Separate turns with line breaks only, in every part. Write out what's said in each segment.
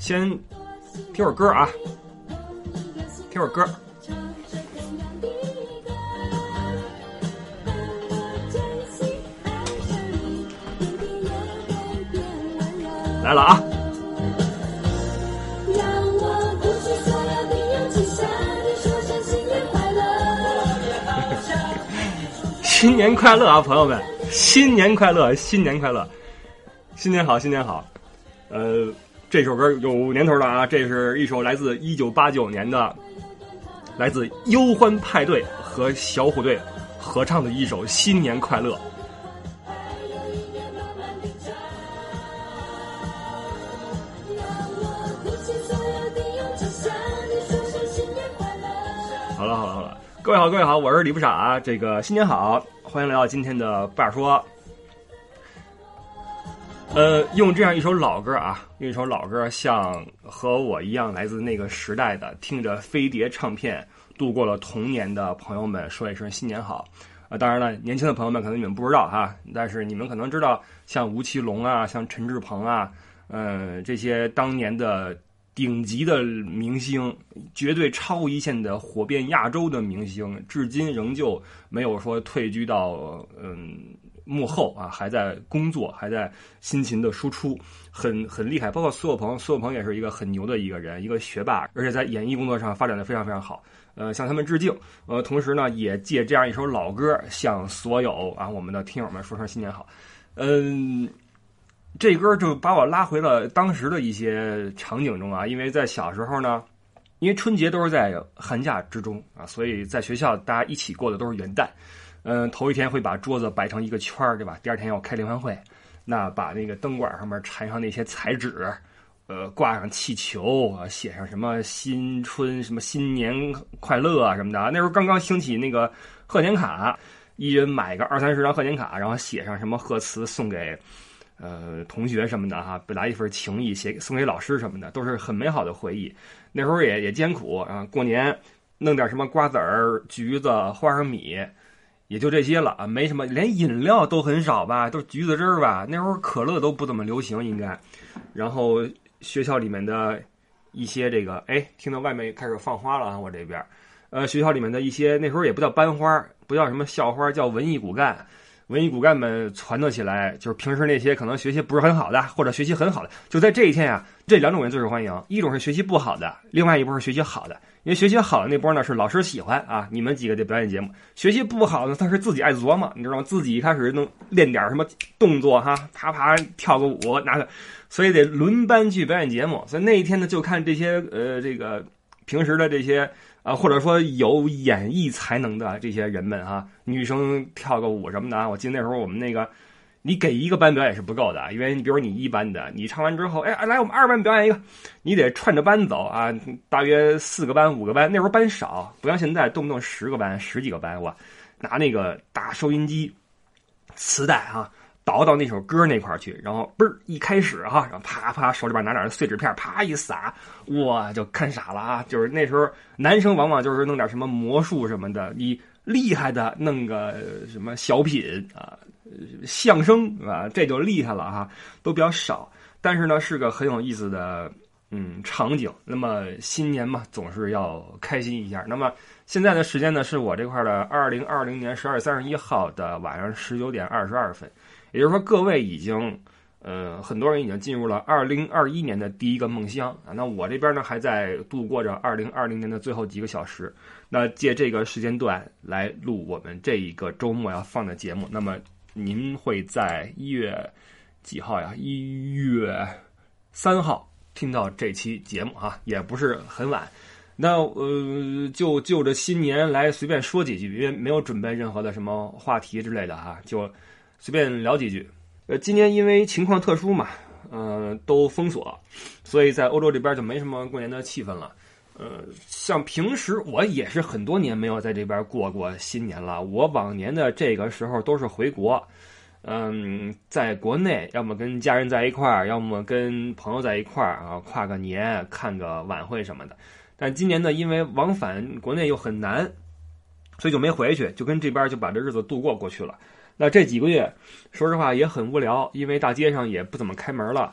先听会儿歌啊，听会儿歌。来了啊！新年快乐啊，朋友们！新年快乐，新年快乐，新年好，新年好。这首歌有年头了啊，这是一首来自1989年的，来自忧欢派对和小虎队合唱的一首《新年快乐》。好了，各位好，我是李不傻啊，这个新年好，欢迎来到今天的不傻说。用这样一首老歌啊，用一首老歌，像和我一样来自那个时代的，听着飞碟唱片度过了童年的朋友们说一声新年好。当然了，年轻的朋友们可能你们不知道哈，但是你们可能知道，像吴奇隆啊，像陈志朋啊，这些当年的顶级的明星，绝对超一线的火遍亚洲的明星，至今仍旧没有说退居到幕后啊，还在工作，还在辛勤的输出，很厉害。包括苏有朋也是一个很牛的一个人，一个学霸，而且在演艺工作上发展的非常非常好。向他们致敬。同时呢，也借这样一首老歌，向所有啊我们的听友们说声新年好。这歌就把我拉回了当时的一些场景中啊，因为在小时候呢，因为春节都是在寒假之中啊，所以在学校大家一起过的都是元旦。头一天会把桌子摆成一个圈儿，对吧？第二天要开联欢会，那把那个灯管上面缠上那些彩纸，挂上气球啊，写上什么新春、什么新年快乐啊什么的。那时候刚刚兴起那个贺年卡，一人买个20-30张贺年卡，然后写上什么贺词送给同学什么的哈，表达一份情谊，送给老师什么的，都是很美好的回忆。那时候也艰苦啊，过年弄点什么瓜子儿、橘子、花生米。也就这些了啊，没什么，连饮料都很少吧，都是橘子汁儿吧。那时候可乐都不怎么流行，应该。然后学校里面的一些这个，听到外面开始放花了啊，我这边，学校里面的一些那时候也不叫班花，不叫什么校花，叫文艺骨干。文艺骨干们传到起来，就是平时那些可能学习不是很好的，或者学习很好的，就在这一天啊，这两种人最受欢迎，一种是学习不好的，另外一波是学习好的。因为学习好的那波呢是老师喜欢啊，你们几个的表演节目。学习不好的他是自己爱琢磨，你知道吗？自己一开始能练点什么动作哈，啪跳个舞拿个，所以得轮班去表演节目。所以那一天呢，就看这些这个平时的这些或者说有演艺才能的这些人们哈，女生跳个舞什么的啊。我记得那时候我们那个。你给一个班表演是不够的，因为你比如你一班的，你唱完之后，来我们2班表演一个，你得串着班走啊，大约4个班、5个班，那时候班少，不像现在动不动10个班、10几个班，我拿那个大收音机、磁带啊，导到那首歌那块去，然后嘣一开始哈，然后啪手里边拿点碎纸片，啪一撒，哇就看傻了啊！就是那时候男生往往就是弄点什么魔术什么的，你厉害的弄个什么小品啊。相声啊，这就厉害了哈，都比较少，但是呢是个很有意思的场景。那么新年嘛，总是要开心一下。那么现在的时间呢，是我这块的2020年12月31号的晚上19点22分，也就是说各位已经很多人已经进入了2021年的第一个梦乡啊。那我这边呢还在度过着2020年的最后几个小时，那借这个时间段来录我们这一个周末要放的节目。那么您会在1月几号呀？1月3号听到这期节目哈，也不是很晚。那就着新年来随便说几句，因为没有准备任何的什么话题之类的哈，就随便聊几句。今年因为情况特殊嘛，都封锁，所以在欧洲这边就没什么过年的气氛了。像平时我也是很多年没有在这边过新年了。我往年的这个时候都是回国，在国内要么跟家人在一块儿，要么跟朋友在一块儿啊，跨个年，看个晚会什么的。但今年呢，因为往返国内又很难，所以就没回去，就跟这边就把这日子度过去了。那这几个月，说实话也很无聊，因为大街上也不怎么开门了。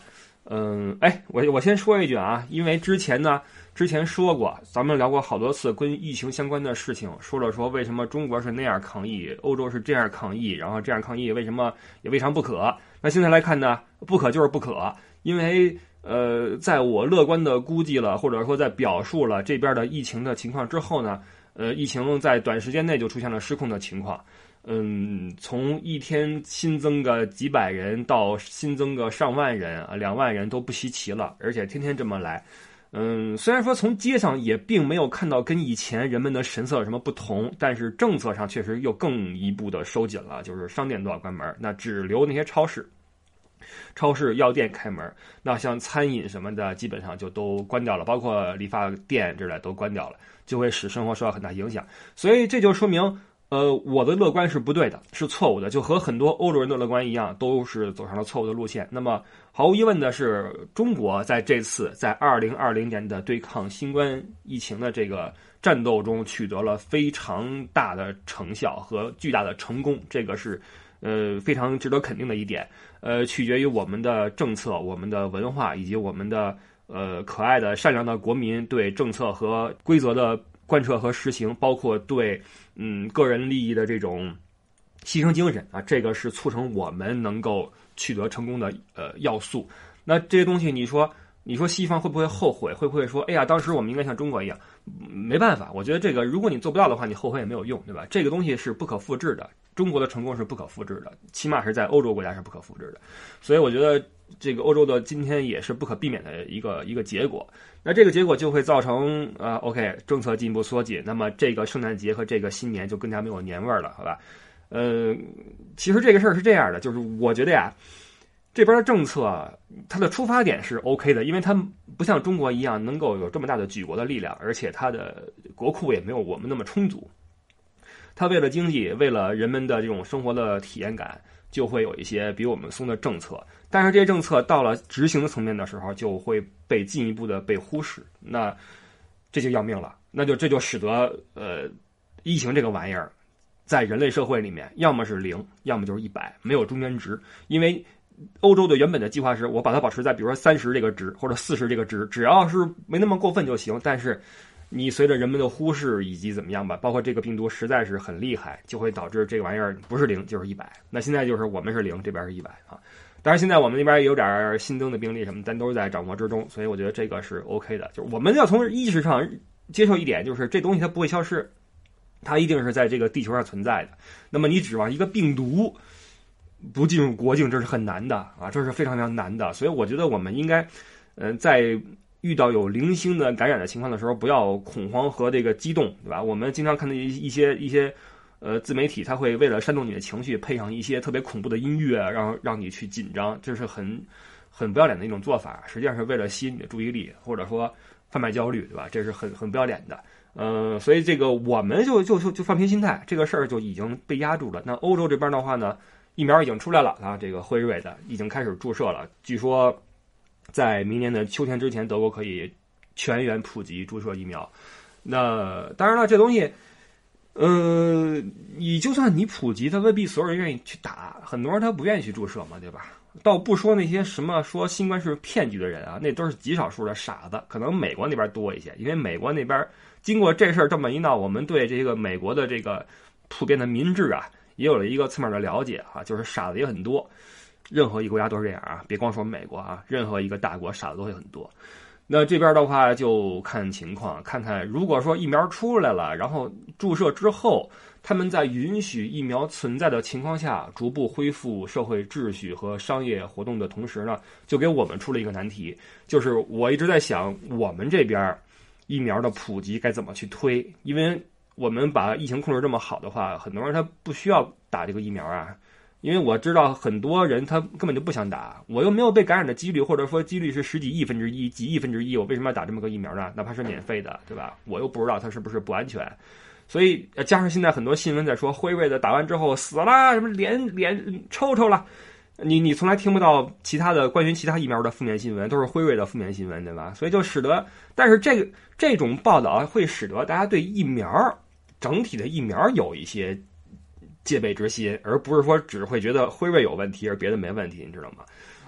我先说一句啊，因为之前说过，咱们聊过好多次跟疫情相关的事情，说为什么中国是那样抗疫，欧洲是这样抗疫，然后这样抗疫为什么也未尝不可。那现在来看呢，不可就是不可，因为在我乐观的估计了，或者说在表述了这边的疫情的情况之后呢，疫情在短时间内就出现了失控的情况。从一天新增个几百人到新增个上万人啊，2万人都不稀奇了，而且天天这么来。虽然说从街上也并没有看到跟以前人们的神色有什么不同，但是政策上确实又更一步的收紧了，就是商店都要关门，那只留那些超市、药店开门，那像餐饮什么的基本上就都关掉了，包括理发店之类都关掉了，就会使生活受到很大影响。所以这就说明我的乐观是不对的，是错误的，就和很多欧洲人的乐观一样，都是走上了错误的路线。那么毫无疑问的是，中国在这次在2020年的对抗新冠疫情的这个战斗中取得了非常大的成效和巨大的成功，这个是非常值得肯定的一点。取决于我们的政策、我们的文化以及我们的可爱的善良的国民对政策和规则的贯彻和实行，包括对个人利益的这种牺牲精神啊，这个是促成我们能够取得成功的要素。那这些东西你说西方会不会后悔？会不会说哎呀，当时我们应该像中国一样？没办法，我觉得这个如果你做不到的话，你后悔也没有用，对吧？这个东西是不可复制的，中国的成功是不可复制的，起码是在欧洲国家是不可复制的。所以我觉得这个欧洲的今天也是不可避免的一个结果。那这个结果就会造成OK 政策进一步缩紧，那么这个圣诞节和这个新年就更加没有年味儿了，好吧？其实这个事儿是这样的，就是我觉得呀，这边的政策它的出发点是 OK 的，因为它不像中国一样能够有这么大的举国的力量，而且它的国库也没有我们那么充足。它为了经济，为了人们的这种生活的体验感，就会有一些比我们松的政策，但是这些政策到了执行的层面的时候，就会被进一步的被忽视，那这就要命了。这就使得疫情这个玩意儿在人类社会里面，要么是0，要么就是100，没有中间值。因为欧洲的原本的计划是我把它保持在比如说30这个值或者40这个值，只要是没那么过分就行。但是你随着人们的忽视以及怎么样吧，包括这个病毒实在是很厉害，就会导致这个玩意儿不是0就是100。那现在就是我们是0，这边是100啊。当然现在我们那边也有点新增的病例什么，咱都是在掌握之中，所以我觉得这个是 OK 的。就是我们要从意识上接受一点，就是这东西它不会消失，它一定是在这个地球上存在的。那么你指望一个病毒不进入国境，这是很难的啊，这是非常非常难的。所以我觉得我们应该在遇到有零星的感染的情况的时候，不要恐慌和这个激动，对吧？我们经常看到一些自媒体，他会为了煽动你的情绪，配上一些特别恐怖的音乐，让你去紧张，这是很不要脸的一种做法。实际上是为了吸引你的注意力，或者说贩卖焦虑，对吧？这是很不要脸的。所以这个我们就放平心态，这个事儿就已经被压住了。那欧洲这边的话呢，疫苗已经出来了啊，这个辉瑞的已经开始注射了，据说在明年的秋天之前，德国可以全员普及注射疫苗。那当然了，这东西，你就算你普及，它未必所有人愿意去打，很多人他不愿意去注射嘛，对吧？倒不说那些什么说新冠是骗局的人啊，那都是极少数的傻子，可能美国那边多一些，因为美国那边经过这事儿这么一闹，我们对这个美国的这个普遍的民智啊，也有了一个侧面的了解啊，就是傻子也很多。任何一个国家都是这样啊，别光说美国啊，任何一个大国傻子都会很多。那这边的话就看情况，看看如果说疫苗出来了，然后注射之后，他们在允许疫苗存在的情况下，逐步恢复社会秩序和商业活动的同时呢，就给我们出了一个难题，就是我一直在想，我们这边疫苗的普及该怎么去推，因为我们把疫情控制这么好的话，很多人他不需要打这个疫苗啊。因为我知道很多人他根本就不想打，我又没有被感染的几率，或者说几率是10几亿分之一、几亿分之一，我为什么要打这么个疫苗呢？哪怕是免费的，对吧？我又不知道它是不是不安全，所以加上现在很多新闻在说辉瑞的打完之后死了，什么脸抽了，你从来听不到其他的关于其他疫苗的负面新闻，都是辉瑞的负面新闻，对吧？所以就使得，但是这种报道会使得大家对疫苗整体的疫苗有一些戒备之心，而不是说只会觉得辉瑞有问题而别的没问题，你知道吗？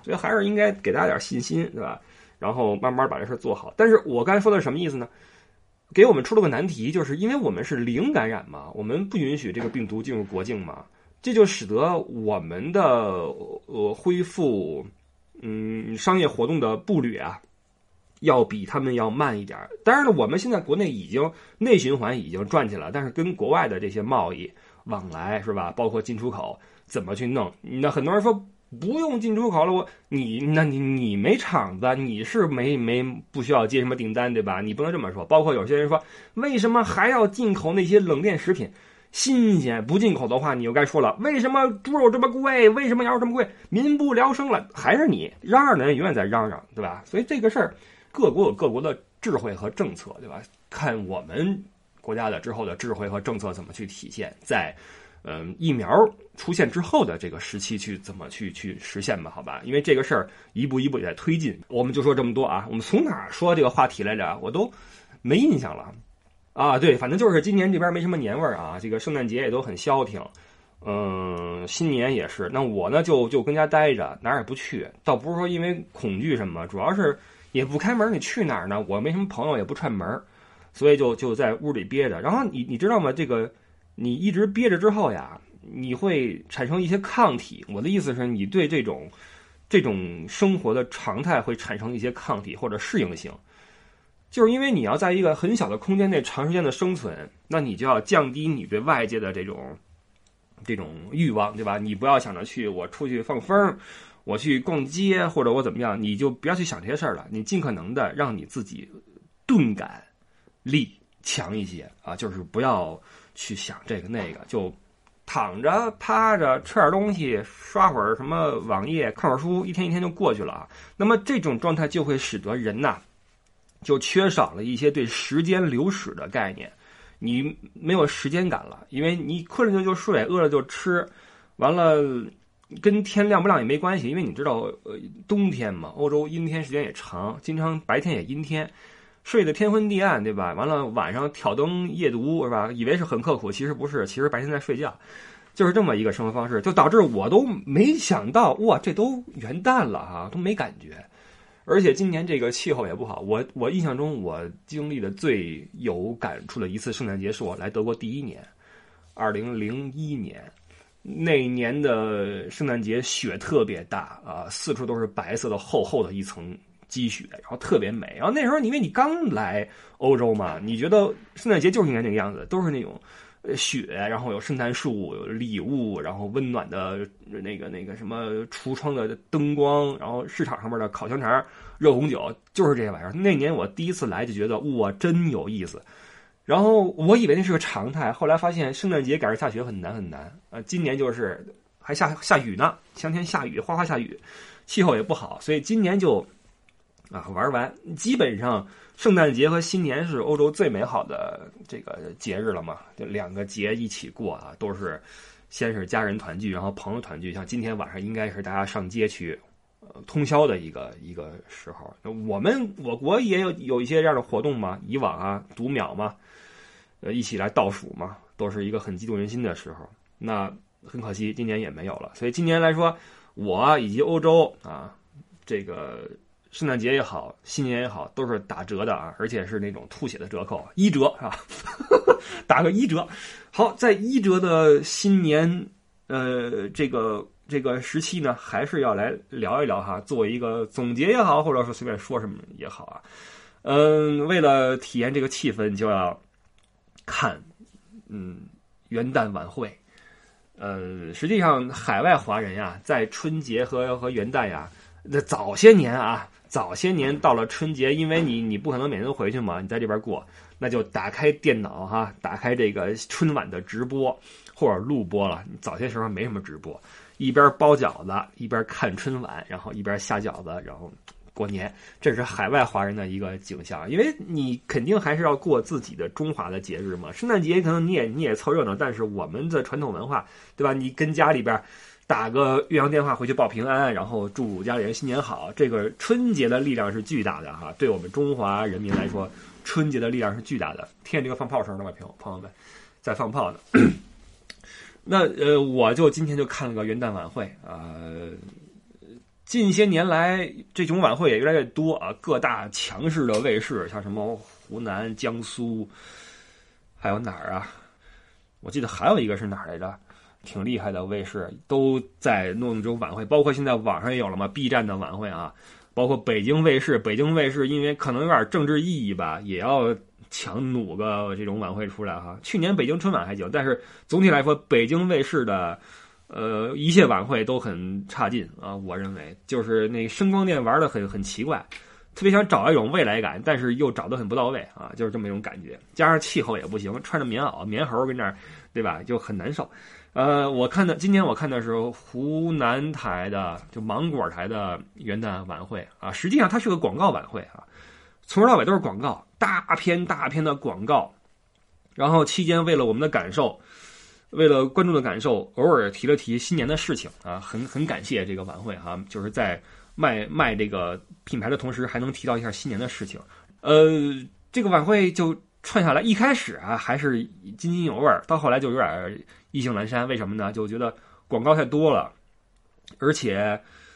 所以还是应该给大家点信心，对吧？然后慢慢把这事做好。但是我刚才说的是什么意思呢？给我们出了个难题，就是因为我们是零感染嘛，我们不允许这个病毒进入国境嘛，这就使得我们的恢复商业活动的步履啊，要比他们要慢一点。当然了，我们现在国内已经内循环已经转起来了，但是跟国外的这些贸易往来是吧，包括进出口怎么去弄？那很多人说不用进出口了，你没厂子，你是不需要接什么订单对吧？你不能这么说。包括有些人说，为什么还要进口那些冷链食品？新鲜不进口的话，你又该说了，为什么猪肉这么贵？为什么羊肉这么贵？民不聊生了，还是你嚷嚷的人永远在嚷嚷，对吧？所以这个事儿，各国有各国的智慧和政策，对吧？看我们国家的之后的智慧和政策怎么去体现在。疫苗出现之后的这个时期去怎么去实现吧，好吧？因为这个事儿一步一步也在推进。我们就说这么多啊，我们从哪儿说这个话题来着？我都没印象了啊。对，反正就是今年这边没什么年味儿啊，这个圣诞节也都很消停，新年也是。那我呢就跟家待着，哪儿也不去，倒不是说因为恐惧什么，主要是也不开门，你去哪儿呢？我没什么朋友，也不串门，所以就在屋里憋着。然后你知道吗？这个。你一直憋着之后呀，你会产生一些抗体。我的意思是你对这种生活的常态会产生一些抗体或者适应性，就是因为你要在一个很小的空间内长时间的生存，那你就要降低你对外界的这种欲望，对吧？你不要想着我出去放风，我去逛街或者我怎么样，你就不要去想这些事儿了。你尽可能的让你自己钝感力强一些啊，就是不要去想这个那个，就躺着趴着吃点东西，刷会儿什么网页，看会儿书，一天一天就过去了啊。那么这种状态就会使得人呐，就缺少了一些对时间流逝的概念，你没有时间感了，因为你困了就睡，饿了就吃，完了跟天亮不亮也没关系，因为你知道冬天嘛，欧洲阴天时间也长，经常白天也阴天。睡得天昏地暗，对吧？完了晚上挑灯夜读，是吧？以为是很刻苦，其实不是，其实白天在睡觉，就是这么一个生活方式，就导致我都没想到，哇，这都元旦了哈，都没感觉。而且今年这个气候也不好，我印象中我经历的最有感触的一次圣诞节是我来德国第一年，2001年，那年的圣诞节雪特别大啊，四处都是白色的厚厚的一层。积雪，然后特别美。然后那时候因为你刚来欧洲嘛，你觉得圣诞节就是应该那个样子，都是那种雪，然后有圣诞树，有礼物，然后温暖的那个什么橱窗的灯光，然后市场上面的烤香肠、热红酒，就是这些玩意儿。那年我第一次来就觉得哇，真有意思。然后我以为那是个常态，后来发现圣诞节赶上下雪很难很难。今年就是还下雨呢，前天下雨，哗哗下雨，气候也不好，所以今年就。玩完，基本上圣诞节和新年是欧洲最美好的这个节日了嘛，就两个节一起过啊，都是先是家人团聚，然后朋友团聚，像今天晚上应该是大家上街去通宵的一个时候。我国也有一些这样的活动嘛，以往啊读秒嘛，一起来倒数嘛，都是一个很激动人心的时候。那很可惜今年也没有了，所以今年来说，我以及欧洲啊这个。圣诞节也好，新年也好，都是打折的啊，而且是那种吐血的折扣，1折是吧？打个1折。好，在1折的新年，这个时期呢，还是要来聊一聊哈，做一个总结也好，或者说随便说什么也好啊。为了体验这个气氛，就要看元旦晚会。实际上海外华人呀，在春节和元旦呀，那早些年到了春节，因为你不可能每天都回去嘛，你在这边过，那就打开电脑哈，打开这个春晚的直播或者录播了。早些时候没什么直播，一边包饺子一边看春晚，然后一边下饺子，然后过年。这是海外华人的一个景象，因为你肯定还是要过自己的中华的节日嘛。圣诞节可能你也凑热闹，但是我们的传统文化，对吧？你跟家里边打个岳阳电话回去报平安，然后祝家里人新年好。这个春节的力量是巨大的哈，对我们中华人民来说，春节的力量是巨大的。听见这个放炮声了吗，朋友们，在放炮呢。那我就今天就看了个元旦晚会啊， 近些年来，这种晚会也越来越多啊，各大强势的卫视，像什么湖南、江苏，还有哪儿啊？我记得还有一个是哪儿来着？挺厉害的卫视都在弄这种晚会，包括现在网上也有了嘛 ，B 站的晚会啊，包括北京卫视，因为可能有点政治意义吧，也要强努个这种晚会出来哈。去年北京春晚还行，但是总体来说，北京卫视的一切晚会都很差劲啊，我认为就是那声光电玩的很奇怪，特别想找一种未来感，但是又找得很不到位啊，就是这么一种感觉。加上气候也不行，穿着棉袄、棉猴跟那儿，对吧？就很难受。今年我看的是湖南台的，就芒果台的元旦晚会啊，实际上它是个广告晚会啊，从头到尾都是广告，大片的广告。然后期间为了我们的感受，为了观众的感受，偶尔提了提新年的事情啊，很感谢这个晚会哈，就是在卖这个品牌的同时，还能提到一下新年的事情。这个晚会就串下来，一开始啊还是津津有味，到后来就有点意兴阑珊。为什么呢？就觉得广告太多了，而且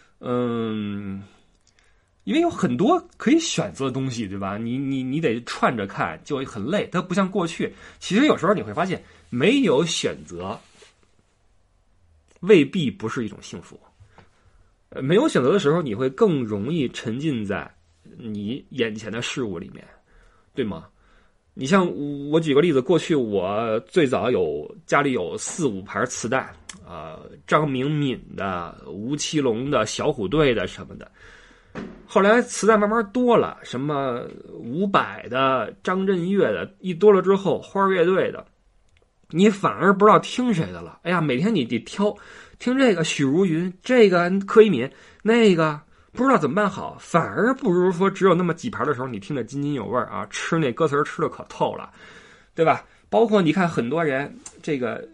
因为有很多可以选择的东西，对吧？你得串着看，就很累。它不像过去，其实有时候你会发现，没有选择未必不是一种幸福。没有选择的时候，你会更容易沉浸在你眼前的事物里面，对吗？你像我举个例子，过去我最早家里有4-5盘磁带张明敏的、吴奇隆的、小虎队的什么的。后来磁带慢慢多了，什么伍佰的、张震岳的，一多了之后，花儿乐队的，你反而不知道听谁的了。哎呀，每天你得挑，听这个许茹芸，这个柯以敏，那个不知道怎么办好，反而不如说只有那么几盘的时候，你听得津津有味啊，吃那歌词吃得可透了，对吧？包括你看很多人，这个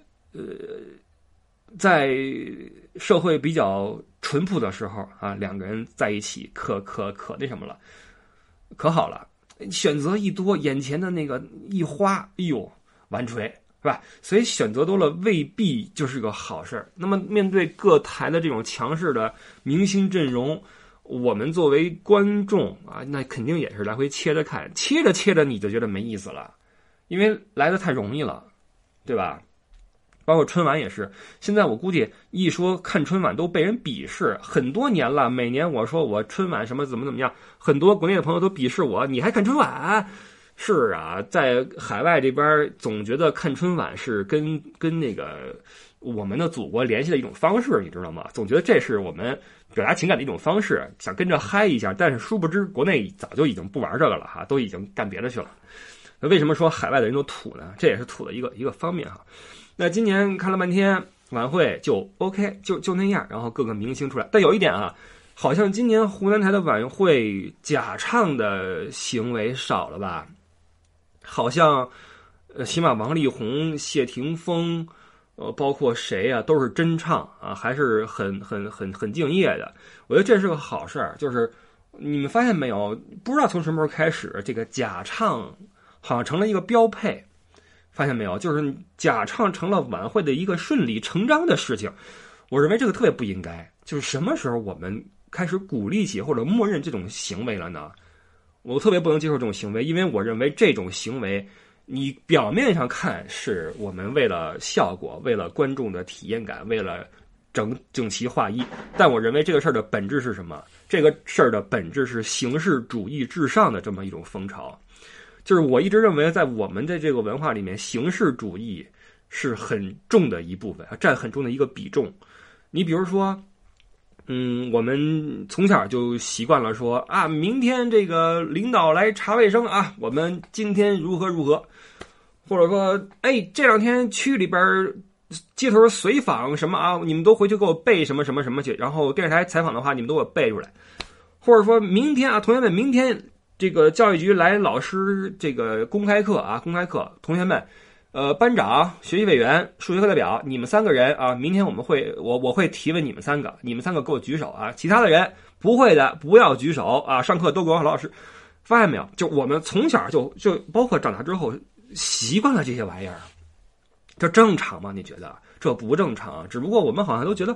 在社会比较淳朴的时候啊，两个人在一起可那什么了，可好了，选择一多，眼前的那个一花，哎呦，完锤，是吧？所以选择多了未必就是个好事儿。那么面对各台的这种强势的明星阵容，我们作为观众啊，那肯定也是来回切着看，切着你就觉得没意思了，因为来的太容易了，对吧？包括春晚也是，现在我估计一说看春晚都被人鄙视，很多年了，每年我说我春晚什么怎么样，很多国内的朋友都鄙视我，你还看春晚？是啊，在海外这边总觉得看春晚是跟那个我们的祖国联系的一种方式，你知道吗？总觉得这是我们表达情感的一种方式，想跟着嗨一下，但是殊不知国内早就已经不玩这个了哈，都已经干别的去了。那为什么说海外的人都土呢？这也是土的一个方面哈。那今年看了半天晚会就 OK， 就那样，然后各个明星出来。但有一点啊，好像今年湖南台的晚会假唱的行为少了吧？好像起码王力宏、谢霆锋，包括谁啊，都是真唱啊，还是很敬业的。我觉得这是个好事儿。就是你们发现没有？不知道从什么时候开始，这个假唱好像成了一个标配。发现没有？就是假唱成了晚会的一个顺理成章的事情。我认为这个特别不应该。就是什么时候我们开始鼓励起或者默认这种行为了呢？我特别不能接受这种行为，因为我认为这种行为，你表面上看是我们为了效果，为了观众的体验感，为了整齐划一，但我认为这个事儿的本质是什么？这个事儿的本质是形式主义至上的这么一种风潮。就是我一直认为，在我们的这个文化里面，形式主义是很重的一部分，占很重的一个比重。你比如说，我们从小就习惯了说啊，明天这个领导来查卫生啊，我们今天如何，或者说，哎，这2天区里边街头随访什么啊，你们都回去给我背什么去，然后电视台采访的话，你们都给我背出来，或者说明天啊，同学们，明天这个教育局来老师这个公开课，同学们，班长、学习委员、数学课代表，你们3个人啊，明天我会提问你们3个，你们3个给我举手啊，其他的人不会的不要举手啊，上课都给我老师。发现没有？就我们从小就包括长大之后习惯了这些玩意儿，这正常吗？你觉得这不正常？只不过我们好像都觉得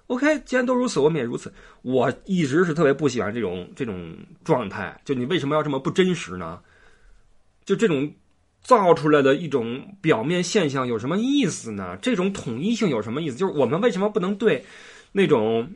OK， 既然都如此，我们也如此。我一直是特别不喜欢这种状态，就你为什么要这么不真实呢？就这种造出来的一种表面现象有什么意思呢？这种统一性有什么意思？就是我们为什么不能对那种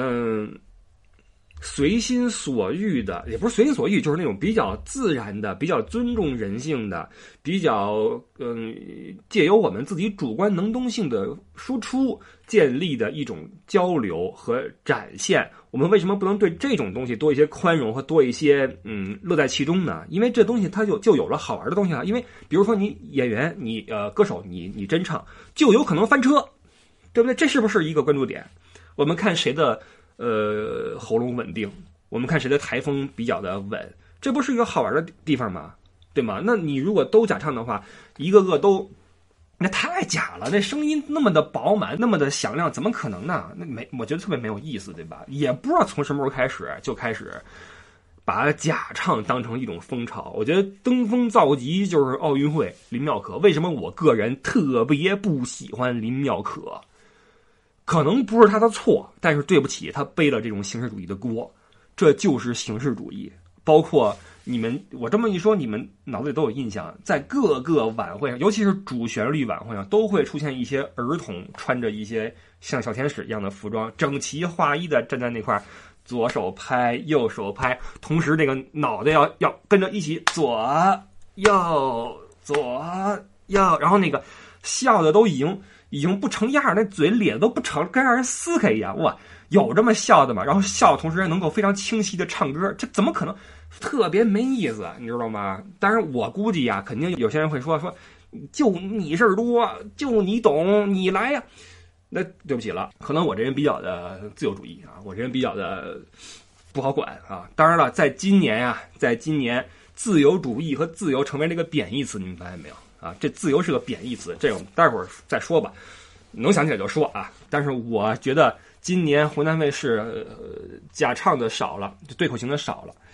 随心所欲的，也不是随心所欲，就是那种比较自然的、比较尊重人性的、比较借由我们自己主观能动性的输出建立的一种交流和展现，我们为什么不能对这种东西多一些宽容和多一些乐在其中呢？因为这东西它就有了好玩的东西了。因为比如说你演员、你歌手、你真唱，就有可能翻车，对不对？这是不是一个关注点？我们看谁的喉咙稳定，我们看谁的台风比较的稳，这不是一个好玩的地方吗？对吗？那你如果都假唱的话，一个个都，那太假了，那声音那么的饱满，那么的响亮，怎么可能呢？那我觉得特别没有意思，对吧？也不知道从什么时候开始就开始把假唱当成一种风潮。我觉得登峰造极就是奥运会林妙可。为什么我个人特别不喜欢林妙可？可能不是他的错，但是对不起，他背了这种形式主义的锅，这就是形式主义。包括你们，我这么一说，你们脑子里都有印象，在各个晚会上，尤其是主旋律晚会上，都会出现一些儿童穿着一些像小天使一样的服装，整齐划一的站在那块，左手拍，右手拍，同时这个脑袋要跟着一起左右左右，然后那个笑的都已经不成样，那嘴咧都不成，跟让人撕开一样。哇，有这么笑的吗？然后笑的同时还能够非常清晰的唱歌，这怎么可能？特别没意思，你知道吗？当然我估计呀，肯定有些人会说就你事儿多，就你懂，你来呀。那对不起了，可能我这人比较的自由主义啊，我这人比较的不好管啊。当然了，在今年自由主义和自由成为这个贬义词，你们发现没有？啊，这自由是个贬义词，这种待会儿再说吧，能想起来就说啊。但是我觉得今年湖南卫视假唱的少了，对口型的少了。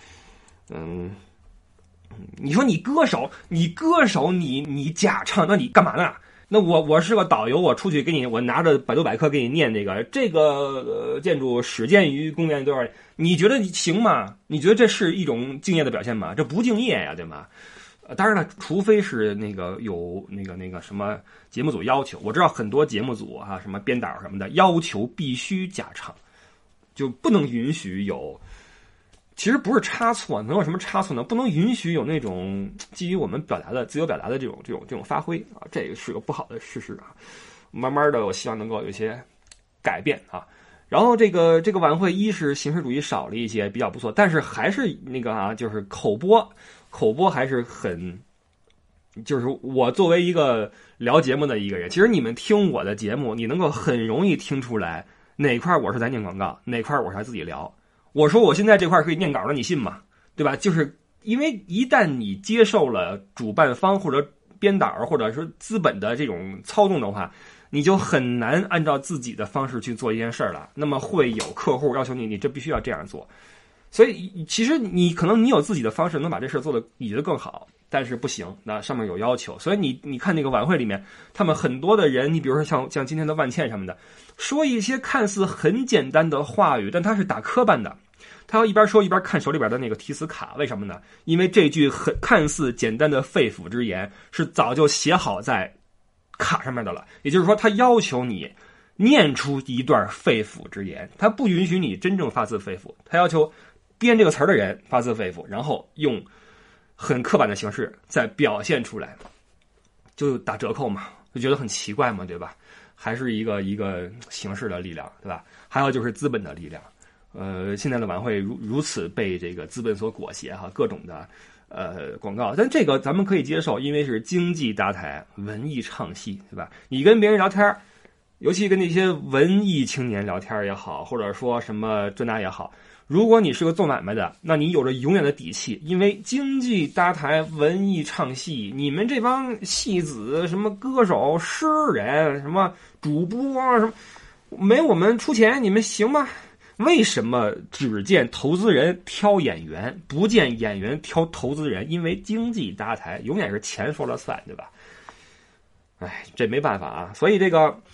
你说你歌手，你假唱，那你干嘛呢？那我是个导游，我出去给你，我拿着百度百科给你念这个建筑始建于公元多少年，你觉得行吗？你觉得这是一种敬业的表现吗？这不敬业呀，对吗？当然了，除非是那个有那个什么节目组要求，我知道很多节目组啊，什么编导什么的要求必须假唱，就不能允许有。其实不是差错，能有什么差错呢？不能允许有那种基于我们表达的自由表达的这种发挥啊，这个是个不好的事实啊。慢慢的，我希望能够有一些改变啊。然后这个晚会一是形式主义少了一些，比较不错，但是还是那个啊，就是口播还是很，就是我作为一个聊节目的一个人，其实你们听我的节目，你能够很容易听出来哪块我是在念广告，哪块我是在自己聊。我说我现在这块可以念稿了，你信吗？对吧？就是因为一旦你接受了主办方或者编导或者说资本的这种操纵的话，你就很难按照自己的方式去做一件事了。那么会有客户要求你这必须要这样做。所以其实你可能你有自己的方式能把这事做得比得更好，但是不行，那上面有要求。所以你看那个晚会里面，他们很多的人，你比如说像今天的万茜什么的，说一些看似很简单的话语，但他是打磕绊的。他要一边说一边看手里边的那个提词卡，为什么呢？因为这句看似简单的肺腑之言是早就写好在卡上面的了。也就是说，他要求你念出一段肺腑之言，他不允许你真正发自肺腑，他要求编这个词的人发自肺腑，然后用很刻板的形式再表现出来，就打折扣嘛，就觉得很奇怪嘛，对吧？还是一个形式的力量，对吧？还有就是资本的力量。现在的晚会如此被这个资本所裹挟哈，各种的广告，但这个咱们可以接受，因为是经济搭台，文艺唱戏，对吧？你跟别人聊天，尤其跟那些文艺青年聊天也好，或者说什么这那也好，如果你是个做买卖的，那你有着永远的底气，因为经济搭台，文艺唱戏，你们这帮戏子、什么歌手、诗人、什么主播什么，没我们出钱，你们行吗？为什么只见投资人挑演员，不见演员挑投资人？因为经济搭台永远是钱说了算，对吧？哎，这没办法啊。所以这个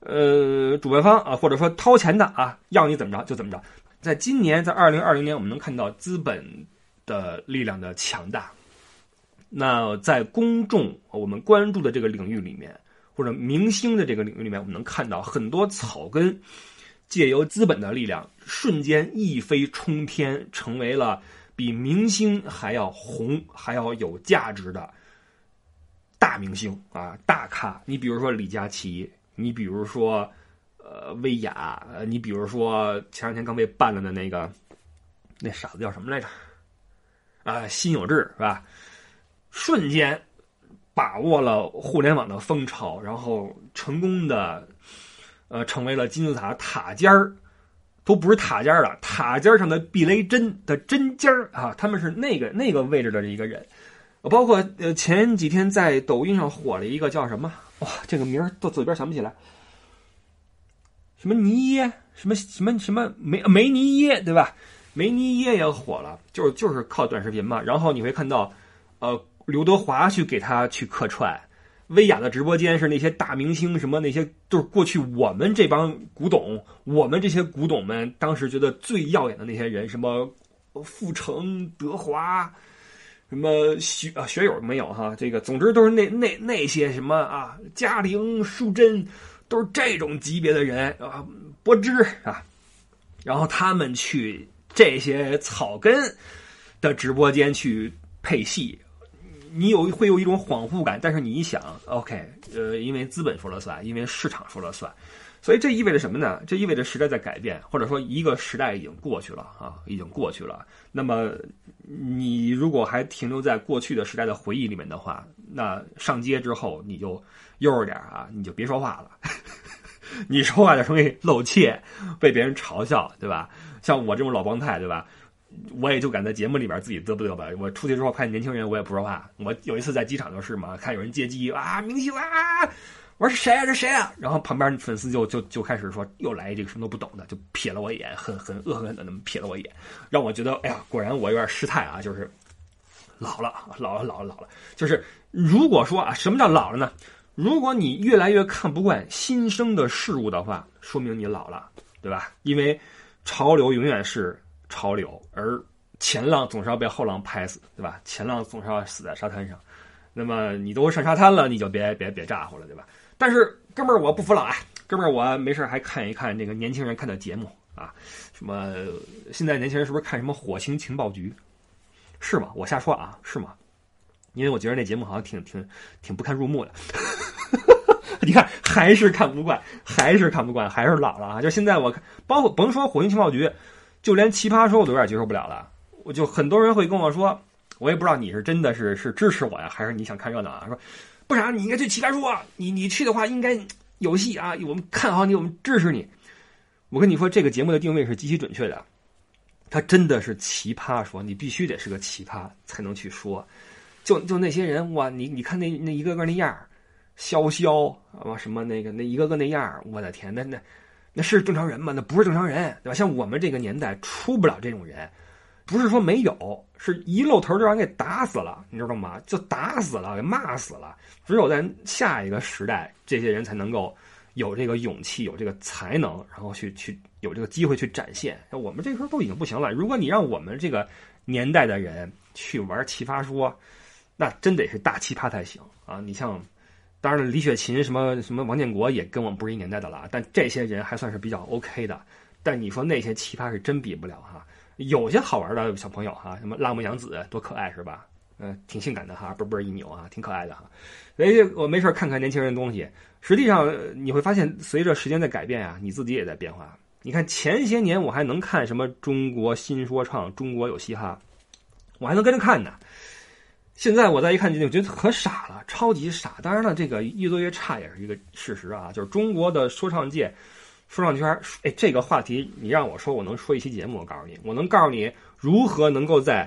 主办方啊，或者说掏钱的啊，要你怎么着就怎么着。在今年，在2020年，我们能看到资本的力量的强大。那在公众我们关注的这个领域里面，或者明星的这个领域里面，我们能看到很多草根借由资本的力量，瞬间一飞冲天，成为了比明星还要红、还要有价值的大明星啊，大咖。你比如说李佳琦，你比如说薇娅，你比如说前两天刚被办了的那傻子叫什么来着？辛有志是吧？瞬间把握了互联网的风潮，然后成功的成为了金字塔塔尖儿，都不是塔尖了，塔尖上的避雷针的针尖儿啊，他们是那个位置的一个人。包括前几天在抖音上火了一个叫什么？哇，这个名儿到嘴边想不起来。什么尼耶，什么梅尼耶，对吧？梅尼耶也火了，就是靠短视频嘛。然后你会看到，刘德华去给他去客串，薇娅的直播间是那些大明星，什么那些都是过去我们这帮古董，我们这些古董们当时觉得最耀眼的那些人，什么傅成、德华，什么学友没有哈，这个总之都是那些什么啊，嘉玲、淑珍，都是这种级别的人啊，柏芝啊，然后他们去这些草根的直播间去配戏。你会有一种恍惚感，但是你一想 ，OK， 因为资本说了算，因为市场说了算，所以这意味着什么呢？这意味着时代在改变，或者说一个时代已经过去了啊，已经过去了。那么你如果还停留在过去的时代的回忆里面的话，那上街之后你就悠着点啊，你就别说话了，你说话就容易露怯，被别人嘲笑，对吧？像我这种老帮派，对吧？我也就敢在节目里边自己嘚吧。我出去之后看年轻人，我也不说话。我有一次在机场就是嘛，看有人接机啊，明星啊，我说是谁啊？这谁啊？然后旁边粉丝就开始说，又来这个什么都不懂的，就瞥了我一眼，很恶狠的那么瞥了我一眼，让我觉得，哎呀，果然我有点失态啊，就是老了。就是如果说啊，什么叫老了呢？如果你越来越看不惯新生的事物的话，说明你老了，对吧？因为潮流永远是潮流，而前浪总是要被后浪拍死，对吧？前浪总是要死在沙滩上，那么你都上沙滩了，你就别咋呼了，对吧？但是哥们儿我不服老啊，哥们儿我没事还看一看这个年轻人看的节目啊，什么现在年轻人是不是看什么火星情报局？是吗？我瞎说啊，是吗？因为我觉得那节目好像挺不堪入目的。你看，还是看不惯，还是老了啊！就现在我看，包括甭说火星情报局，就连奇葩说我都有点接受不了了。我就很多人会跟我说，我也不知道你是真的是支持我呀，还是你想看热闹啊？说不啥，你应该去奇葩说，你去的话应该有戏啊！我们看好你，我们支持你。我跟你说，这个节目的定位是极其准确的，它真的是奇葩说，你必须得是个奇葩才能去说。就那些人哇，你看那一个个那样，潇潇啊什么那一个个那样，我的天，那是正常人吗？那不是正常人，对吧？像我们这个年代出不了这种人，不是说没有，是一露头就让人给打死了，你知道吗？就打死了，给骂死了。只有在下一个时代，这些人才能够有这个勇气，有这个才能，然后去有这个机会去展现。我们这时候都已经不行了，如果你让我们这个年代的人去玩奇葩说，那真得是大奇葩才行啊！你像，当然了，李雪琴什么王建国也跟我们不是一年代的了，但这些人还算是比较 OK 的。但你说那些奇葩是真比不了哈。有些好玩的小朋友哈，什么辣目洋子多可爱是吧？挺性感的哈，啵一扭啊，挺可爱的哈。所以我没事看看年轻人的东西。实际上你会发现，随着时间的改变啊，你自己也在变化。你看前些年我还能看什么中国新说唱、中国有嘻哈，我还能跟着看呢。现在我再一看，就觉得可傻了，超级傻。当然了，这个越做越差也是一个事实啊。就是中国的说唱界、说唱圈，这个话题你让我说，我能说一期节目。我告诉你，我能告诉你如何能够在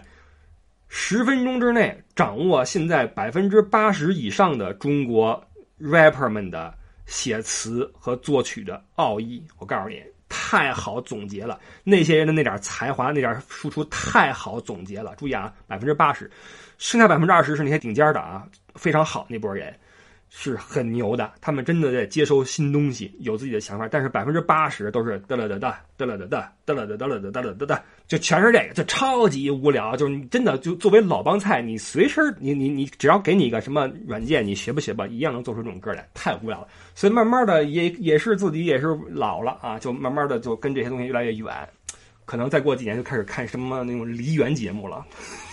10分钟之内掌握现在80%以上的中国 rapper 们的写词和作曲的奥义。我告诉你，太好总结了，那些人的那点才华，那点输出太好总结了。注意啊，80%，剩下20%是那些顶尖的啊，非常好那波人。 是很牛的，他们真的在接收新东西，有自己的想法，但是80%都是哒啦哒哒哒啦哒哒哒啦哒哒啦哒啦哒哒，就全是这个，就超级无聊。就是你真的就作为老帮菜，你随时你只要给你一个什么软件，你学吧，一样能做出这种歌来，太无聊了。所以慢慢的也是自己也是老了啊，就慢慢的就跟这些东西越来越远，可能再过几年就开始看什么那种梨园节目了。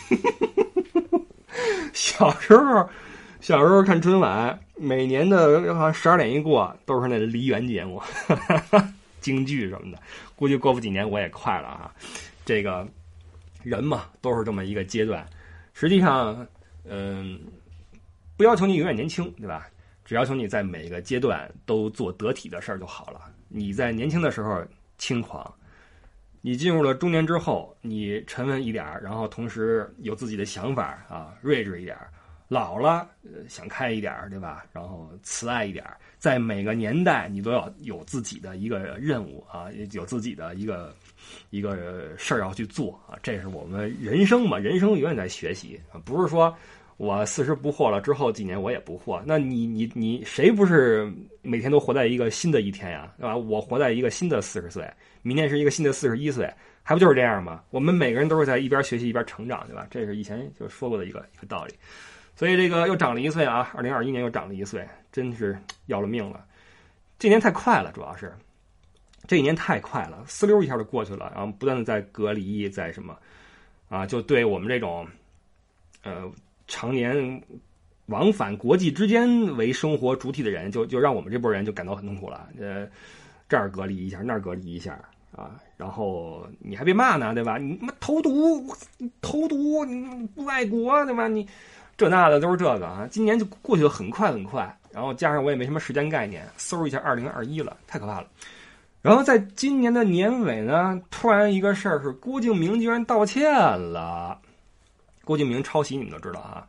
小时候看春晚，每年的好像12点一过都是那梨园节目，京剧什么的。估计过不几年我也快了啊。这个人嘛，都是这么一个阶段。实际上，不要求你永远年轻，对吧？只要求你在每个阶段都做得体的事儿就好了。你在年轻的时候轻狂，你进入了中年之后，你沉稳一点，然后同时有自己的想法啊，睿智一点。老了，想开一点，对吧？然后慈爱一点，在每个年代你都要有自己的一个任务啊，有自己的一个事儿要去做啊。这是我们人生嘛，人生永远在学习啊，不是说我40不惑了之后几年我也不惑。那你谁不是每天都活在一个新的一天呀，对吧？我活在一个新的40岁，明天是一个新的41岁，还不就是这样吗？我们每个人都是在一边学习一边成长，对吧？这是以前就说过的一个道理。所以这个又长了1岁啊，2021年又长了1岁，真是要了命了。这年太快了，主要是这一年太快了，4溜一下就过去了，然后不断的在隔离，在什么啊，就对我们这种常年往返国际之间为生活主体的人，就让我们这波人就感到很痛苦了。这儿隔离一下，那儿隔离一下啊，然后你还被骂呢，对吧？你他妈投毒，你不爱国，对吧？你这那的都是这个啊。今年就过去的很快，然后加上我也没什么时间概念，嗖一下2021了，太可怕了。然后在今年的年尾呢，突然一个事儿是郭敬明居然道歉了。郭敬明抄袭你们都知道啊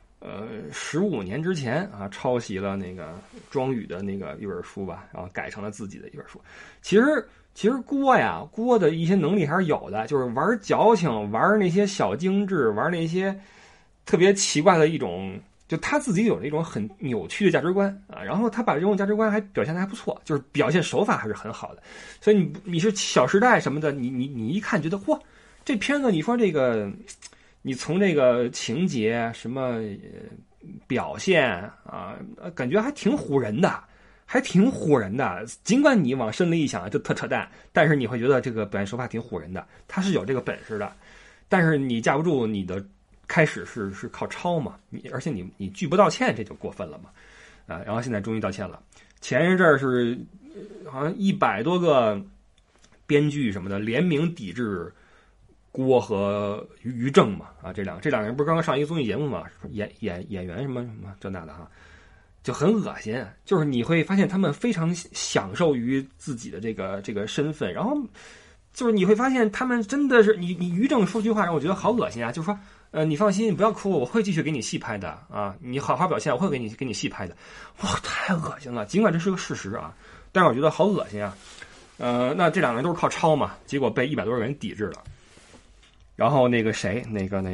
，15年之前啊抄袭了那个庄宇的那个一本书吧，然后改成了自己的一本书。其实郭的一些能力还是有的，就是玩矫情，玩那些小精致，玩那些特别奇怪的一种，就他自己有那种很扭曲的价值观啊，然后他把这种价值观还表现得还不错，就是表现手法还是很好的。所以你是《小时代》什么的，你一看觉得嚯，这片子你说这个，你从这个情节什么表现啊，感觉还挺唬人的，尽管你往深了一想就特扯淡，但是你会觉得这个表现手法挺唬人的，他是有这个本事的。但是你架不住你的开始是靠抄嘛，而且你拒不道歉，这就过分了嘛，啊！然后现在终于道歉了。前一阵是好像100多个编剧什么的联名抵制郭和于正嘛，啊，这两个人不是刚刚上一个综艺节目嘛，演员什么这那的哈，就很恶心。就是你会发现他们非常享受于自己的这个身份，然后就是你会发现他们真的是你于正说句话让我觉得好恶心啊，就是说。你放心，你不要哭，我会继续给你戏拍的啊！你好好表现，我会给你戏拍的。哇，太恶心了！尽管这是个事实啊，但是我觉得好恶心啊。那这两个人都是靠抄嘛，结果被100多个人抵制了。然后那个谁，那个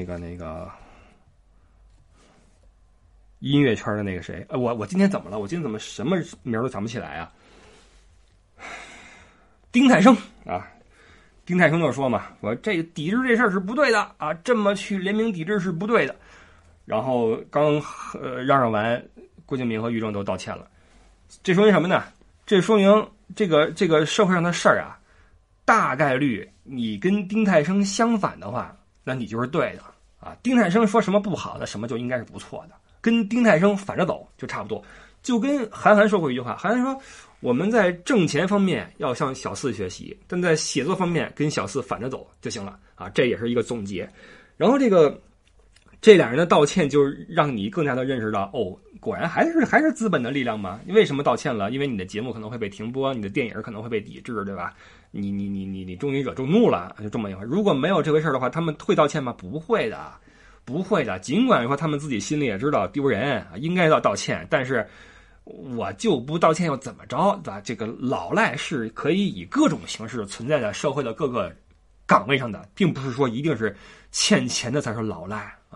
音乐圈的那个谁，我今天怎么了？我今天怎么什么名都想不起来啊？丁太升啊。丁太升就说嘛，我这抵制这事儿是不对的啊，这么去联名抵制是不对的。然后刚嚷完，郭敬明和于正都道歉了。这说明什么呢？这说明这个社会上的事儿啊，大概率你跟丁太升相反的话，那你就是对的啊。丁太升说什么不好的，什么就应该是不错的，跟丁太升反着走就差不多。就跟韩寒说过一句话，韩寒说我们在挣钱方面要向小四学习，但在写作方面跟小四反着走就行了啊，这也是一个总结。然后这两人的道歉就让你更加的认识到，果然还是资本的力量嘛。为什么道歉了？因为你的节目可能会被停播，你的电影可能会被抵制，对吧？你终于惹众怒了，就这么一回。如果没有这回事的话，他们会道歉吗？不会的。尽管说他们自己心里也知道丢人啊，应该要道歉，但是我就不道歉又怎么着，对吧？这个老赖是可以以各种形式存在在社会的各个岗位上的，并不是说一定是欠钱的才是老赖啊。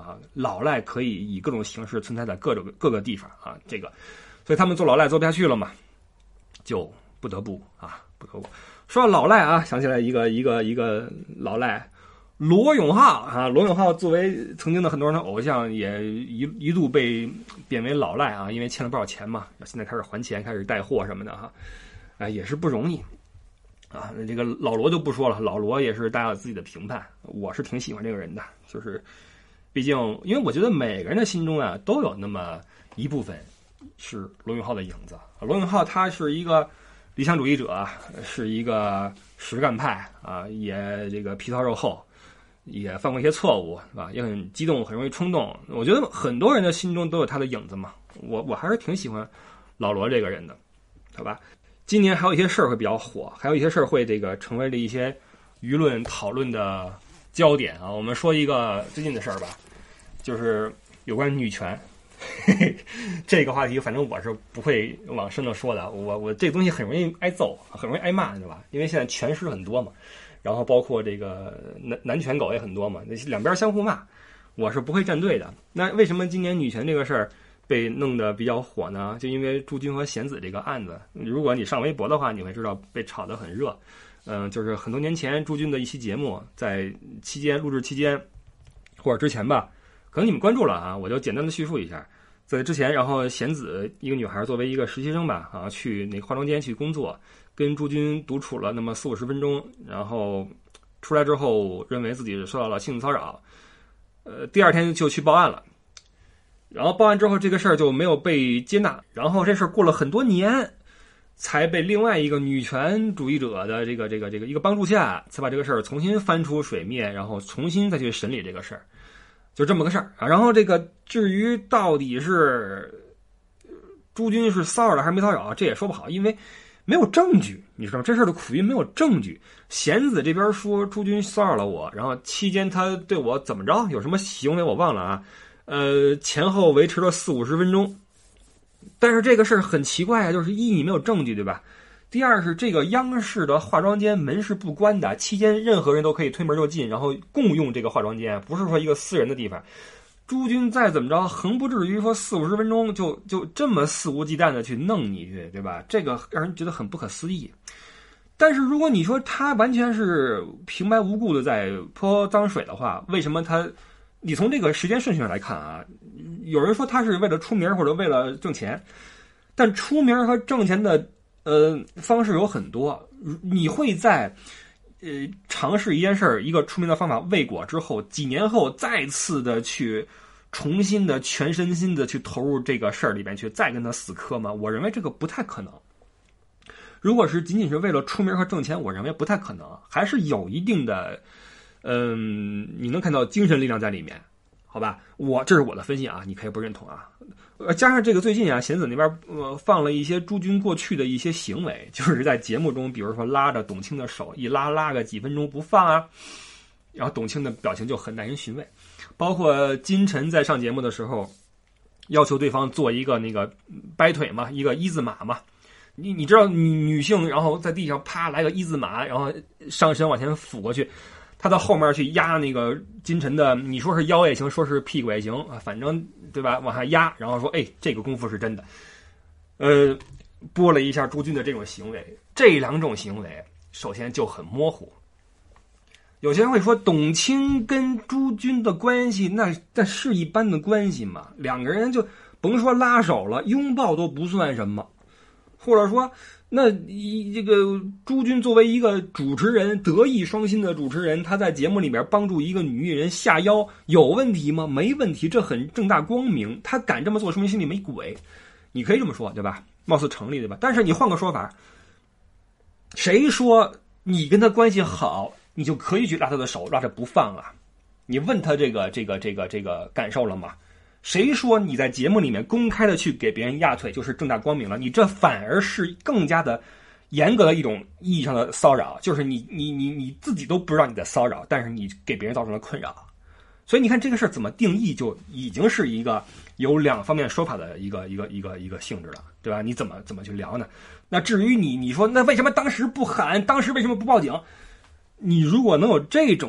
啊，老赖可以以各种形式存在在各个地方啊，所以他们做老赖做不下去了嘛，就不得不。说到老赖啊，想起来一个老赖。罗永浩啊，罗永浩作为曾经的很多人的偶像，也一度被贬为老赖啊，因为欠了不少钱嘛，现在开始还钱，开始带货什么的哈，也是不容易啊。这个老罗就不说了，老罗也是大家有自己的评判，我是挺喜欢这个人的，就是毕竟因为我觉得每个人的心中啊都有那么一部分是罗永浩的影子。罗永浩他是一个理想主义者，是一个实干派啊，也这个皮糙肉厚。也犯过一些错误，是吧？也很激动，很容易冲动。我觉得很多人的心中都有他的影子嘛。我还是挺喜欢老罗这个人的，好吧？今年还有一些事儿会比较火，还有一些事儿会这个成为了一些舆论讨论的焦点啊。我们说一个最近的事儿吧，就是有关女权。这个话题，反正我是不会往深了说的。我这个东西很容易挨揍，很容易挨骂，对吧？因为现在权势很多嘛。然后包括这个男权狗也很多嘛，那两边相互骂，我是不会站队的。那为什么今年女权这个事儿被弄得比较火呢？就因为朱军和贤子这个案子，如果你上微博的话，你会知道被炒得很热。就是很多年前朱军的一期节目，在录制期间或者之前吧，可能你们关注了啊，我就简单的叙述一下。在之前，然后贤子一个女孩作为一个实习生吧，啊，去那个化妆间去工作。跟朱军独处了那么40-50分钟，然后出来之后认为自己受到了性骚扰，第二天就去报案了，然后报案之后这个事儿就没有被接纳，然后这事儿过了很多年，才被另外一个女权主义者的这个一个帮助下，才把这个事儿重新翻出水面，然后重新再去审理这个事儿，就这么个事儿啊。然后这个至于到底是朱军是骚扰了还是没骚扰，这也说不好，因为没有证据，你知道这事儿的苦于没有证据。贤子这边说朱军骚扰了我，然后期间他对我怎么着，有什么行为我忘了啊，前后维持了40-50分钟。但是这个事儿很奇怪啊，就是一你没有证据，对吧？第二是这个央视的化妆间门是不关的，期间任何人都可以推门就进，然后共用这个化妆间，不是说一个私人的地方。朱军再怎么着，横不至于说40-50分钟就这么肆无忌惮的去弄你去，对吧？这个让人觉得很不可思议。但是如果你说他完全是平白无故的在泼脏水的话，为什么你从这个时间顺序上来看啊，有人说他是为了出名或者为了挣钱，但出名和挣钱的方式有很多。你会在尝试一件事儿，一个出名的方法未果之后，几年后再次的去重新的全身心的去投入这个事儿里边去，再跟他死磕吗？我认为这个不太可能。如果是仅仅是为了出名和挣钱，我认为不太可能，还是有一定的你能看到精神力量在里面，好吧？这是我的分析啊，你可以不认同啊。加上这个最近啊，贤子那边放了一些朱军过去的一些行为，就是在节目中，比如说拉着董卿的手一拉个几分钟不放啊，然后董卿的表情就很耐人寻味。包括金晨在上节目的时候，要求对方做一个那个掰腿嘛，一个一字马嘛。你知道女性然后在地上啪来个一字马，然后上身往前俯过去。他到后面去压那个金晨的，你说是腰也行，说是屁股也行啊，反正对吧？往下压，然后说，这个功夫是真的。拨了一下朱军的这种行为，这两种行为首先就很模糊。有些人会说，董卿跟朱军的关系，那是一般的关系嘛？两个人就甭说拉手了，拥抱都不算什么，或者说。那这个朱军作为一个主持人，德艺双馨的主持人，他在节目里面帮助一个女艺人下腰，有问题吗？没问题，这很正大光明。他敢这么做，说明心里没鬼。你可以这么说，对吧？貌似成立，对吧？但是你换个说法，谁说你跟他关系好，你就可以去拉他的手，拉着不放啊？你问他这个感受了吗？谁说你在节目里面公开的去给别人压腿就是正大光明了？你这反而是更加的严格的一种意义上的骚扰，就是你自己都不知道你在骚扰，但是你给别人造成了困扰。所以你看这个事儿怎么定义，就已经是一个有两方面说法的一个性质了，对吧？你怎么去聊呢？那至于你说那为什么当时不喊，当时为什么不报警？你如果能有这种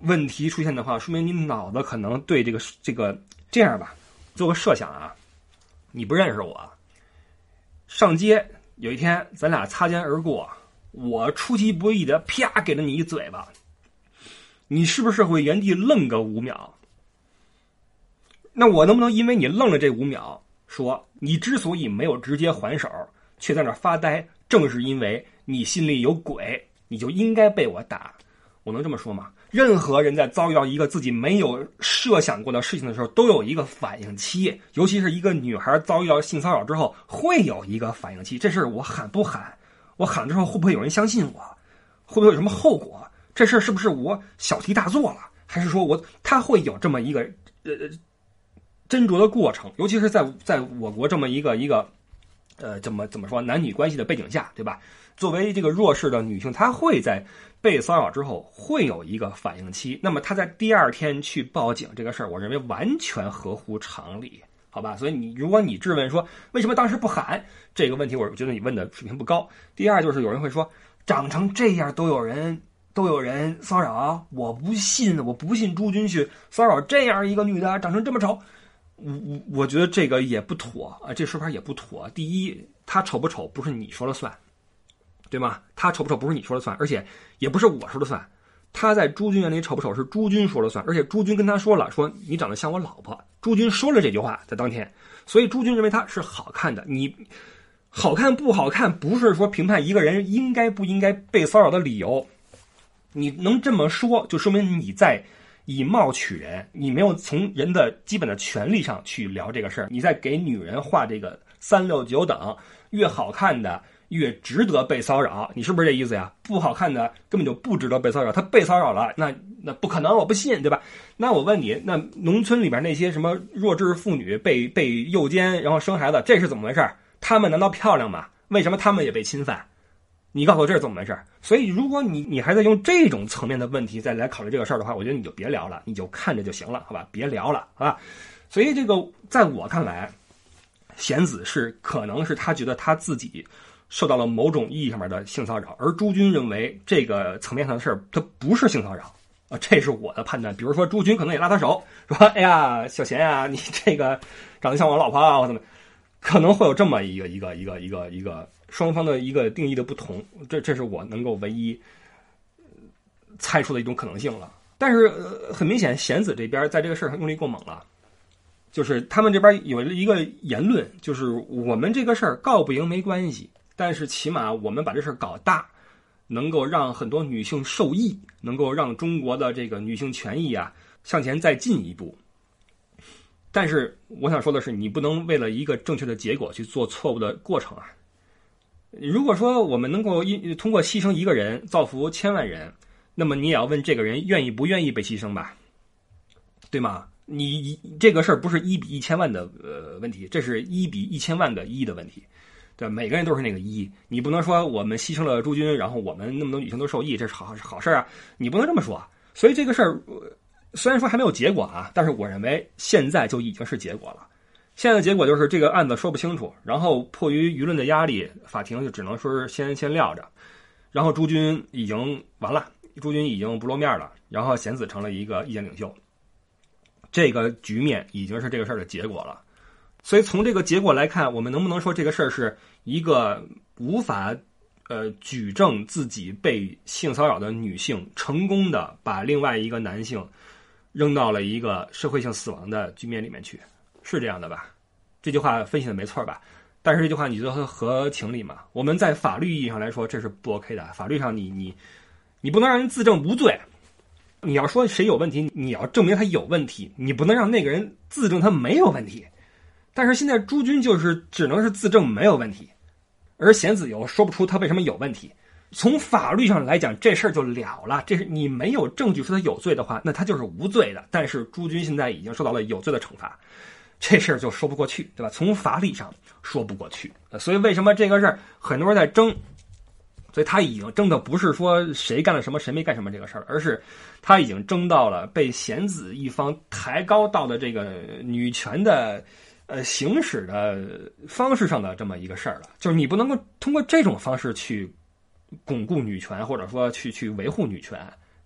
问题出现的话，说明你脑子可能对这样吧，做个设想啊，你不认识我，上街有一天咱俩擦肩而过，我出其不意的啪给了你一嘴巴，你是不是会原地愣个5秒？那我能不能因为你愣了这5秒，说你之所以没有直接还手，却在那发呆，正是因为你心里有鬼，你就应该被我打？我能这么说吗？任何人在遭遇到一个自己没有设想过的事情的时候，都有一个反应期，尤其是一个女孩遭遇到性骚扰之后，会有一个反应期。这事我喊不喊？我喊之后会不会有人相信我？会不会有什么后果？这事是不是我小题大做了？还是说他会有这么一个斟酌的过程？尤其是在我国这么一个怎么说男女关系的背景下，对吧？作为这个弱势的女性，她会在被骚扰之后会有一个反应期，那么她在第2天去报警这个事儿，我认为完全合乎常理，好吧？所以如果你质问说为什么当时不喊这个问题，我觉得你问的水平不高。第二就是有人会说长成这样都有人骚扰，我不信朱军去骚扰这样一个女的，长成这么丑。我觉得这个也不妥啊，这说法也不妥。第一，她丑不丑不是你说了算，对吗？她丑不丑不是你说了算，而且也不是我说了算。她在朱军眼里丑不丑是朱军说了算，而且朱军跟她说了，说你长得像我老婆。朱军说了这句话在当天，所以朱军认为她是好看的。你好看不好看，不是说评判一个人应该不应该被骚扰的理由。你能这么说，就说明你在以貌取人，你没有从人的基本的权利上去聊这个事儿，你在给女人画这个3、6、9等，越好看的越值得被骚扰，你是不是这意思呀？不好看的根本就不值得被骚扰，他被骚扰了，那不可能，我不信，对吧？那我问你，那农村里边那些什么弱智妇女被诱奸然后生孩子，这是怎么回事？他们难道漂亮吗？为什么他们也被侵犯？你告诉我这是怎么回事？所以如果你还在用这种层面的问题再来考虑这个事儿的话，我觉得你就别聊了，你就看着就行了，好吧？别聊了，好吧？所以这个在我看来，贤子可能是他觉得他自己受到了某种意义上面的性骚扰，而朱军认为这个层面上的事儿它不是性骚扰啊，这是我的判断。比如说朱军可能也拉他手，说哎呀小贤啊，你这个长得像我老婆啊，我怎么可能会有这么一个双方的一个定义的不同，这是我能够唯一猜出的一种可能性了。但是很明显，贤子这边在这个事儿上用力过猛了，就是他们这边有一个言论，就是我们这个事儿告不赢没关系，但是起码我们把这事儿搞大，能够让很多女性受益，能够让中国的这个女性权益啊向前再进一步。但是我想说的是，你不能为了一个正确的结果去做错误的过程啊。如果说我们能够通过牺牲一个人造福千万人，那么你也要问这个人愿意不愿意被牺牲吧，对吗？你这个事儿不是1比1000万的问题，这是1比1000万的1的问题，对吧？每个人都是那个1，你不能说我们牺牲了朱军，然后我们那么多女性都受益，这是好事啊，你不能这么说。所以这个事儿虽然说还没有结果啊，但是我认为现在就已经是结果了。现在的结果就是这个案子说不清楚，然后迫于舆论的压力，法庭就只能说是先撂着，然后朱军已经完了，朱军已经不露面了，然后贤子成了一个意见领袖，这个局面已经是这个事儿的结果了。所以从这个结果来看，我们能不能说这个事儿是一个无法举证自己被性骚扰的女性成功的把另外一个男性扔到了一个社会性死亡的局面里面去，是这样的吧？这句话分析的没错吧？但是这句话你觉得合情理吗？我们在法律意义上来说这是不 OK 的，法律上你不能让人自证无罪，你要说谁有问题，你要证明他有问题，你不能让那个人自证他没有问题。但是现在朱军就是只能是自证没有问题，而贤子又说不出他为什么有问题。从法律上来讲，这事儿就了了，这是你没有证据说他有罪的话，那他就是无罪的。但是朱军现在已经受到了有罪的惩罚，这事儿就说不过去，对吧？从法理上说不过去。所以为什么这个事儿很多人在争？所以他已经争的不是说谁干了什么谁没干什么这个事儿，而是他已经争到了被贤子一方抬高到的这个女权的行使的方式上的这么一个事儿了。就是你不能够通过这种方式去巩固女权，或者说去维护女权，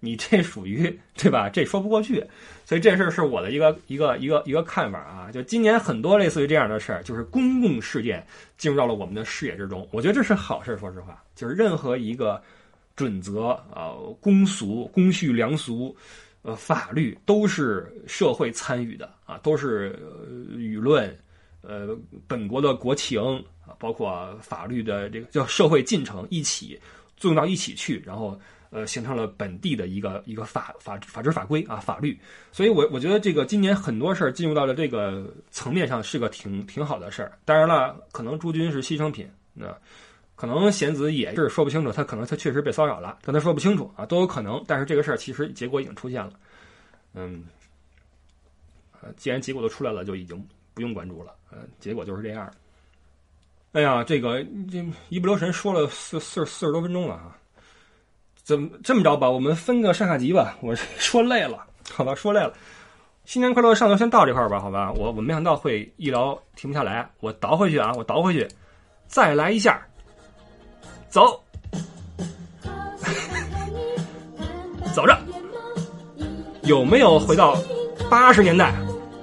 你这属于对吧？这说不过去。所以这事是我的一个看法啊。就今年很多类似于这样的事儿，就是公共事件进入到了我们的视野之中，我觉得这是好事。说实话，就是任何一个准则啊、公俗、公序良俗。法律都是社会参与的啊，都是舆论，本国的国情啊，包括法律的这个叫社会进程一起作用到一起去，然后形成了本地的一个法制法规啊法律。所以我觉得这个今年很多事儿进入到了这个层面上是个挺好的事儿。当然了，可能朱军是牺牲品，那。可能贤子也是说不清楚，他确实被骚扰了，但他说不清楚啊，都有可能。但是这个事儿其实结果已经出现了，既然结果都出来了，就已经不用关注了，结果就是这样。哎呀，这一不留神说了四十多分钟了啊，怎么这么着吧？我们分个上下集吧，我说累了，好吧，说累了。新年快乐上就先到这块儿吧，好吧？我没想到会一聊停不下来，我倒回去，再来一下。走，走着，有没有回到80年代？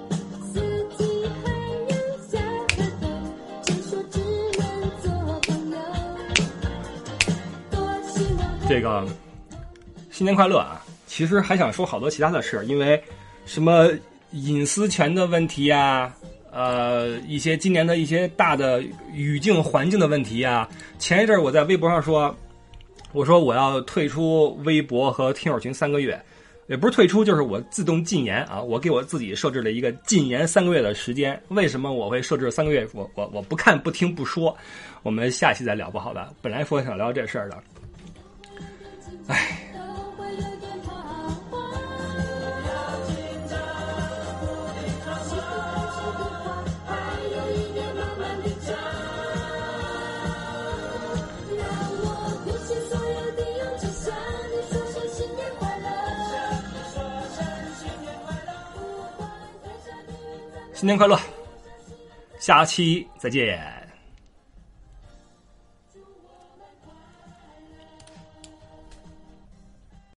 这个新年快乐啊！其实还想说好多其他的事，因为什么隐私权的问题啊。一些今年的一些大的语境环境的问题啊，前一阵我在微博上说，我说我要退出微博和听友群3个月，也不是退出，就是我自动禁言啊，我给我自己设置了一个禁言3个月的时间。为什么我会设置3个月？我不看不听不说，我们下期再聊吧，好吧？本来说想聊这事儿的，唉。新年快乐，下期再见。